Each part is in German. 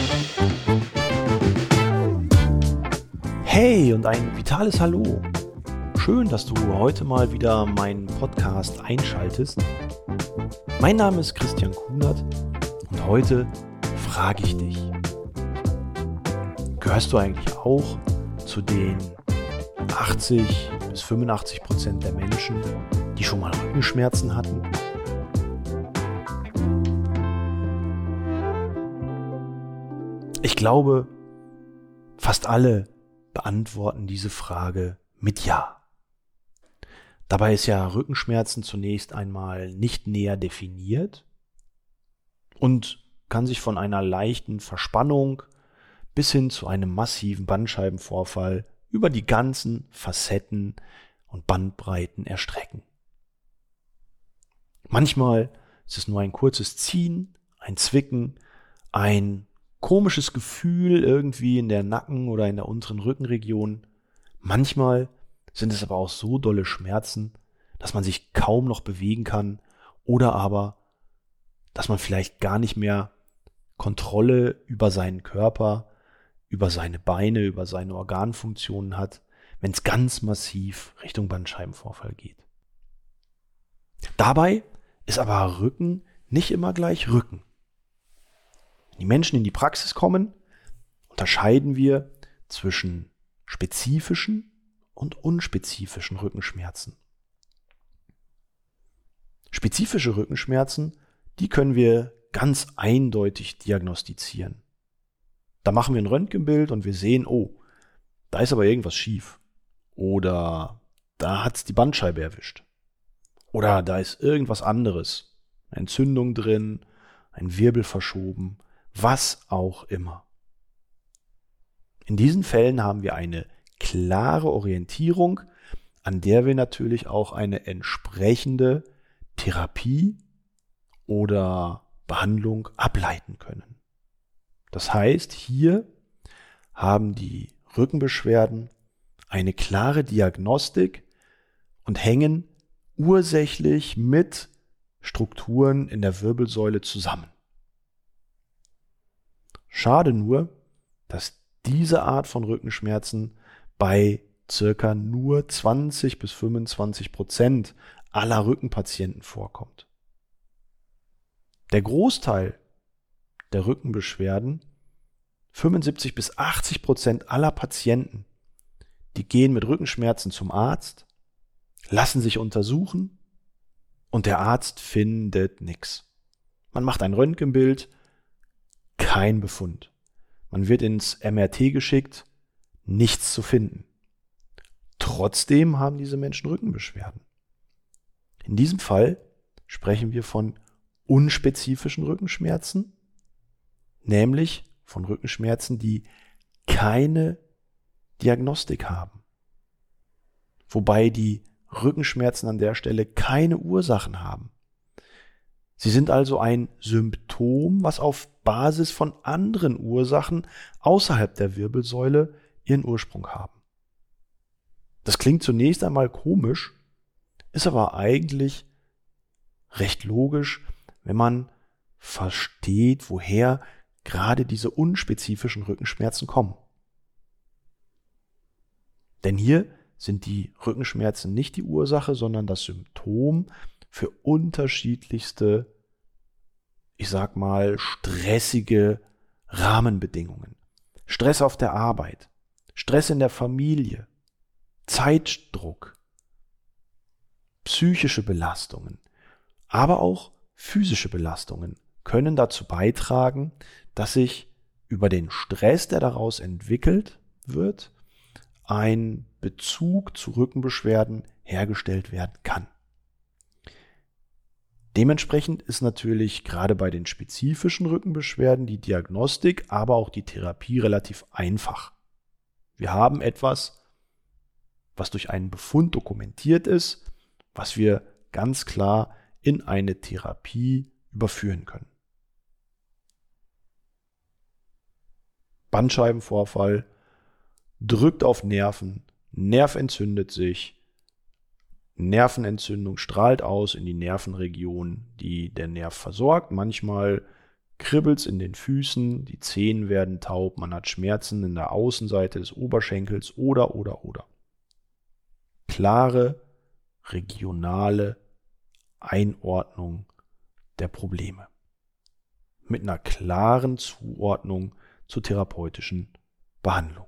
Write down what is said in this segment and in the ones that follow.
Hey und ein vitales Hallo. Schön, dass du heute mal wieder meinen Podcast einschaltest. Mein Name ist Christian Kunert und heute frage ich dich: Gehörst du eigentlich auch zu den 80-85% der Menschen, die schon mal Rückenschmerzen hatten? Ich glaube, fast alle beantworten diese Frage mit Ja. Dabei ist ja Rückenschmerzen zunächst einmal nicht näher definiert und kann sich von einer leichten Verspannung bis hin zu einem massiven Bandscheibenvorfall über die ganzen Facetten und Bandbreiten erstrecken. Manchmal ist es nur ein kurzes Ziehen, ein Zwicken, ein komisches Gefühl irgendwie in der Nacken- oder in der unteren Rückenregion. Manchmal sind es aber auch so dolle Schmerzen, dass man sich kaum noch bewegen kann oder aber, dass man vielleicht gar nicht mehr Kontrolle über seinen Körper, über seine Beine, über seine Organfunktionen hat, wenn es ganz massiv Richtung Bandscheibenvorfall geht. Dabei ist aber Rücken nicht immer gleich Rücken. Wenn die Menschen in die Praxis kommen, unterscheiden wir zwischen spezifischen und unspezifischen Rückenschmerzen. Spezifische Rückenschmerzen, die können wir ganz eindeutig diagnostizieren. Da machen wir ein Röntgenbild und wir sehen, oh, da ist aber irgendwas schief. Oder da hat es die Bandscheibe erwischt. Oder da ist irgendwas anderes. Eine Entzündung drin, ein Wirbel verschoben, was auch immer. In diesen Fällen haben wir eine klare Orientierung, an der wir natürlich auch eine entsprechende Therapie oder Behandlung ableiten können. Das heißt, hier haben die Rückenbeschwerden eine klare Diagnostik und hängen ursächlich mit Strukturen in der Wirbelsäule zusammen. Schade nur, dass diese Art von Rückenschmerzen bei circa nur 20-25% aller Rückenpatienten vorkommt. Der Großteil der Rückenbeschwerden, 75-80% aller Patienten, die gehen mit Rückenschmerzen zum Arzt, lassen sich untersuchen und der Arzt findet nichts. Man macht ein Röntgenbild, kein Befund. Man wird ins MRT geschickt, nichts zu finden. Trotzdem haben diese Menschen Rückenbeschwerden. In diesem Fall sprechen wir von unspezifischen Rückenschmerzen, nämlich von Rückenschmerzen, die keine Diagnostik haben. Wobei die Rückenschmerzen an der Stelle keine Ursachen haben. Sie sind also ein Symptom, was auf Basis von anderen Ursachen außerhalb der Wirbelsäule ihren Ursprung haben. Das klingt zunächst einmal komisch, ist aber eigentlich recht logisch, wenn man versteht, woher gerade diese unspezifischen Rückenschmerzen kommen. Denn hier sind die Rückenschmerzen nicht die Ursache, sondern das Symptom für unterschiedlichste, ich sag mal, stressige Rahmenbedingungen. Stress auf der Arbeit, Stress in der Familie, Zeitdruck, psychische Belastungen, aber auch physische Belastungen können dazu beitragen, dass sich über den Stress, der daraus entwickelt wird, ein Bezug zu Rückenbeschwerden hergestellt werden kann. Dementsprechend ist natürlich gerade bei den spezifischen Rückenbeschwerden die Diagnostik, aber auch die Therapie relativ einfach. Wir haben etwas, was durch einen Befund dokumentiert ist, was wir ganz klar in eine Therapie überführen können. Bandscheibenvorfall drückt auf Nerven, Nerv entzündet sich, Nervenentzündung strahlt aus in die Nervenregion, die der Nerv versorgt. Manchmal kribbelt's in den Füßen, die Zehen werden taub, man hat Schmerzen in der Außenseite des Oberschenkels oder. Klare, regionale Einordnung der Probleme. Mit einer klaren Zuordnung zur therapeutischen Behandlung.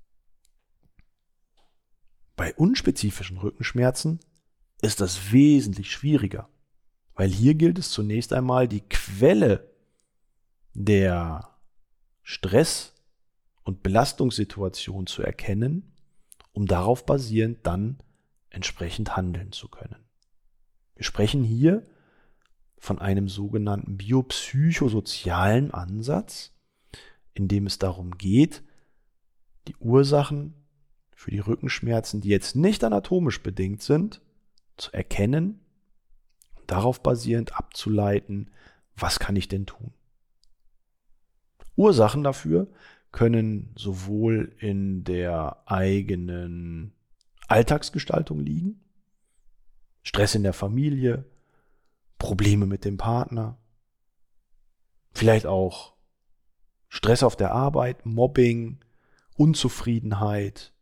Bei unspezifischen Rückenschmerzen ist das wesentlich schwieriger, weil hier gilt es zunächst einmal, die Quelle der Stress- und Belastungssituation zu erkennen, um darauf basierend dann entsprechend handeln zu können. Wir sprechen hier von einem sogenannten biopsychosozialen Ansatz, in dem es darum geht, die Ursachen für die Rückenschmerzen, die jetzt nicht anatomisch bedingt sind, zu erkennen und darauf basierend abzuleiten, was kann ich denn tun. Ursachen dafür können sowohl in der eigenen Alltagsgestaltung liegen, Stress in der Familie, Probleme mit dem Partner, vielleicht auch Stress auf der Arbeit, Mobbing, Unzufriedenheit,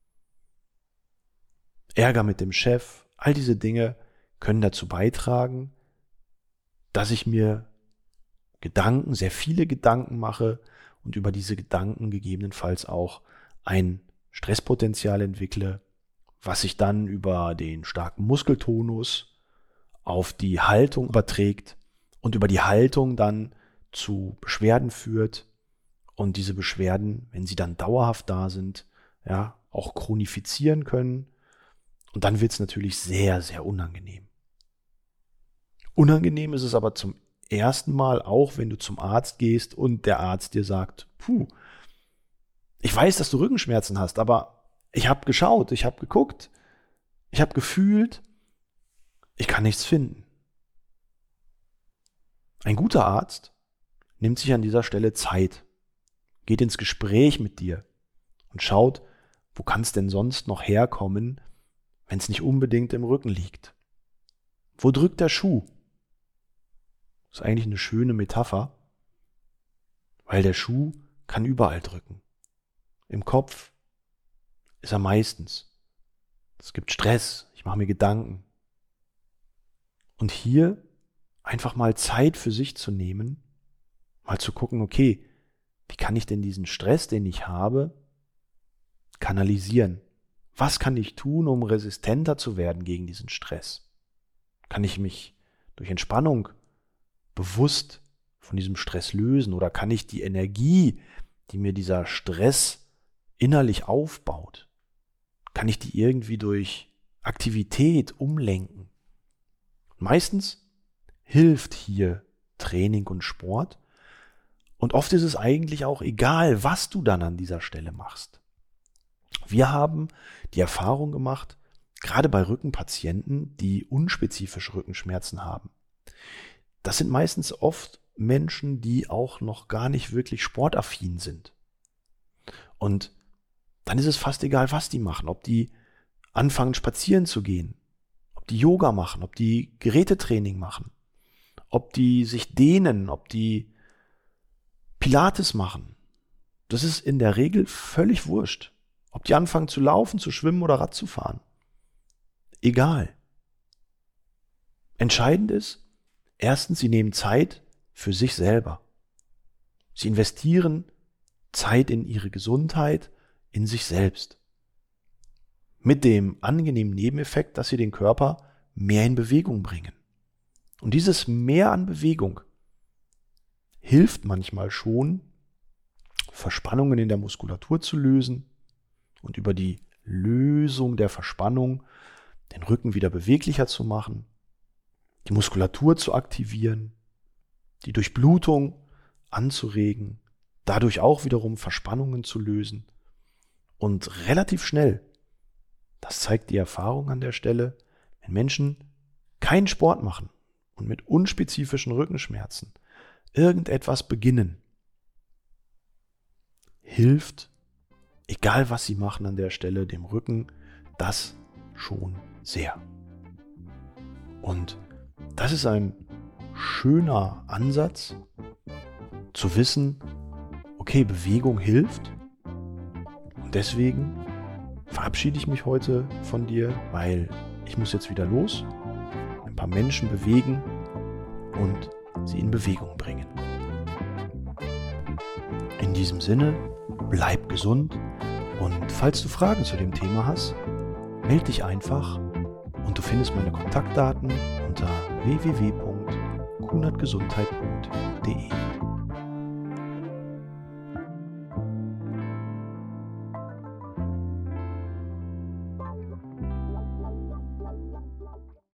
Ärger mit dem Chef. All diese Dinge können dazu beitragen, dass ich mir Gedanken, sehr viele Gedanken mache und über diese Gedanken gegebenenfalls auch ein Stresspotenzial entwickle, was sich dann über den starken Muskeltonus auf die Haltung überträgt und über die Haltung dann zu Beschwerden führt und diese Beschwerden, wenn sie dann dauerhaft da sind, ja, auch chronifizieren können und dann wird es natürlich sehr, sehr unangenehm. Unangenehm ist es aber zum ersten Mal auch, wenn du zum Arzt gehst und der Arzt dir sagt, ich weiß, dass du Rückenschmerzen hast, aber ich habe geschaut, ich habe geguckt, ich habe gefühlt, ich kann nichts finden. Ein guter Arzt nimmt sich an dieser Stelle Zeit, geht ins Gespräch mit dir und schaut, wo kann es denn sonst noch herkommen, wenn es nicht unbedingt im Rücken liegt. Wo drückt der Schuh? Das ist eigentlich eine schöne Metapher, weil der Schuh kann überall drücken. Im Kopf ist er meistens. Es gibt Stress, ich mache mir Gedanken. Und hier einfach mal Zeit für sich zu nehmen, mal zu gucken, okay, wie kann ich denn diesen Stress, den ich habe, kanalisieren? Was kann ich tun, um resistenter zu werden gegen diesen Stress? Kann ich mich durch Entspannung bewusst von diesem Stress lösen oder kann ich die Energie, die mir dieser Stress innerlich aufbaut, kann ich die irgendwie durch Aktivität umlenken? Meistens hilft hier Training und Sport und oft ist es eigentlich auch egal, was du dann an dieser Stelle machst. Wir haben die Erfahrung gemacht, gerade bei Rückenpatienten, die unspezifische Rückenschmerzen haben. Das sind meistens oft Menschen, die auch noch gar nicht wirklich sportaffin sind. Und dann ist es fast egal, was die machen, ob die anfangen spazieren zu gehen, ob die Yoga machen, ob die Gerätetraining machen, ob die sich dehnen, ob die Pilates machen. Das ist in der Regel völlig wurscht. Ob die anfangen zu laufen, zu schwimmen oder Rad zu fahren. Egal. Entscheidend ist, erstens, sie nehmen Zeit für sich selber. Sie investieren Zeit in ihre Gesundheit, in sich selbst. Mit dem angenehmen Nebeneffekt, dass sie den Körper mehr in Bewegung bringen. Und dieses Mehr an Bewegung hilft manchmal schon, Verspannungen in der Muskulatur zu lösen und über die Lösung der Verspannung den Rücken wieder beweglicher zu machen, die Muskulatur zu aktivieren, die Durchblutung anzuregen, dadurch auch wiederum Verspannungen zu lösen und relativ schnell, das zeigt die Erfahrung an der Stelle, wenn Menschen keinen Sport machen und mit unspezifischen Rückenschmerzen irgendetwas beginnen, hilft, egal was sie machen an der Stelle, dem Rücken, das schon sehr. Und das ist ein schöner Ansatz, zu wissen, okay, Bewegung hilft. Und deswegen verabschiede ich mich heute von dir, weil ich muss jetzt wieder los, ein paar Menschen bewegen und sie in Bewegung bringen. In diesem Sinne, bleib gesund und falls du Fragen zu dem Thema hast, melde dich einfach und du findest meine Kontaktdaten unter www.kunatgesundheit.de.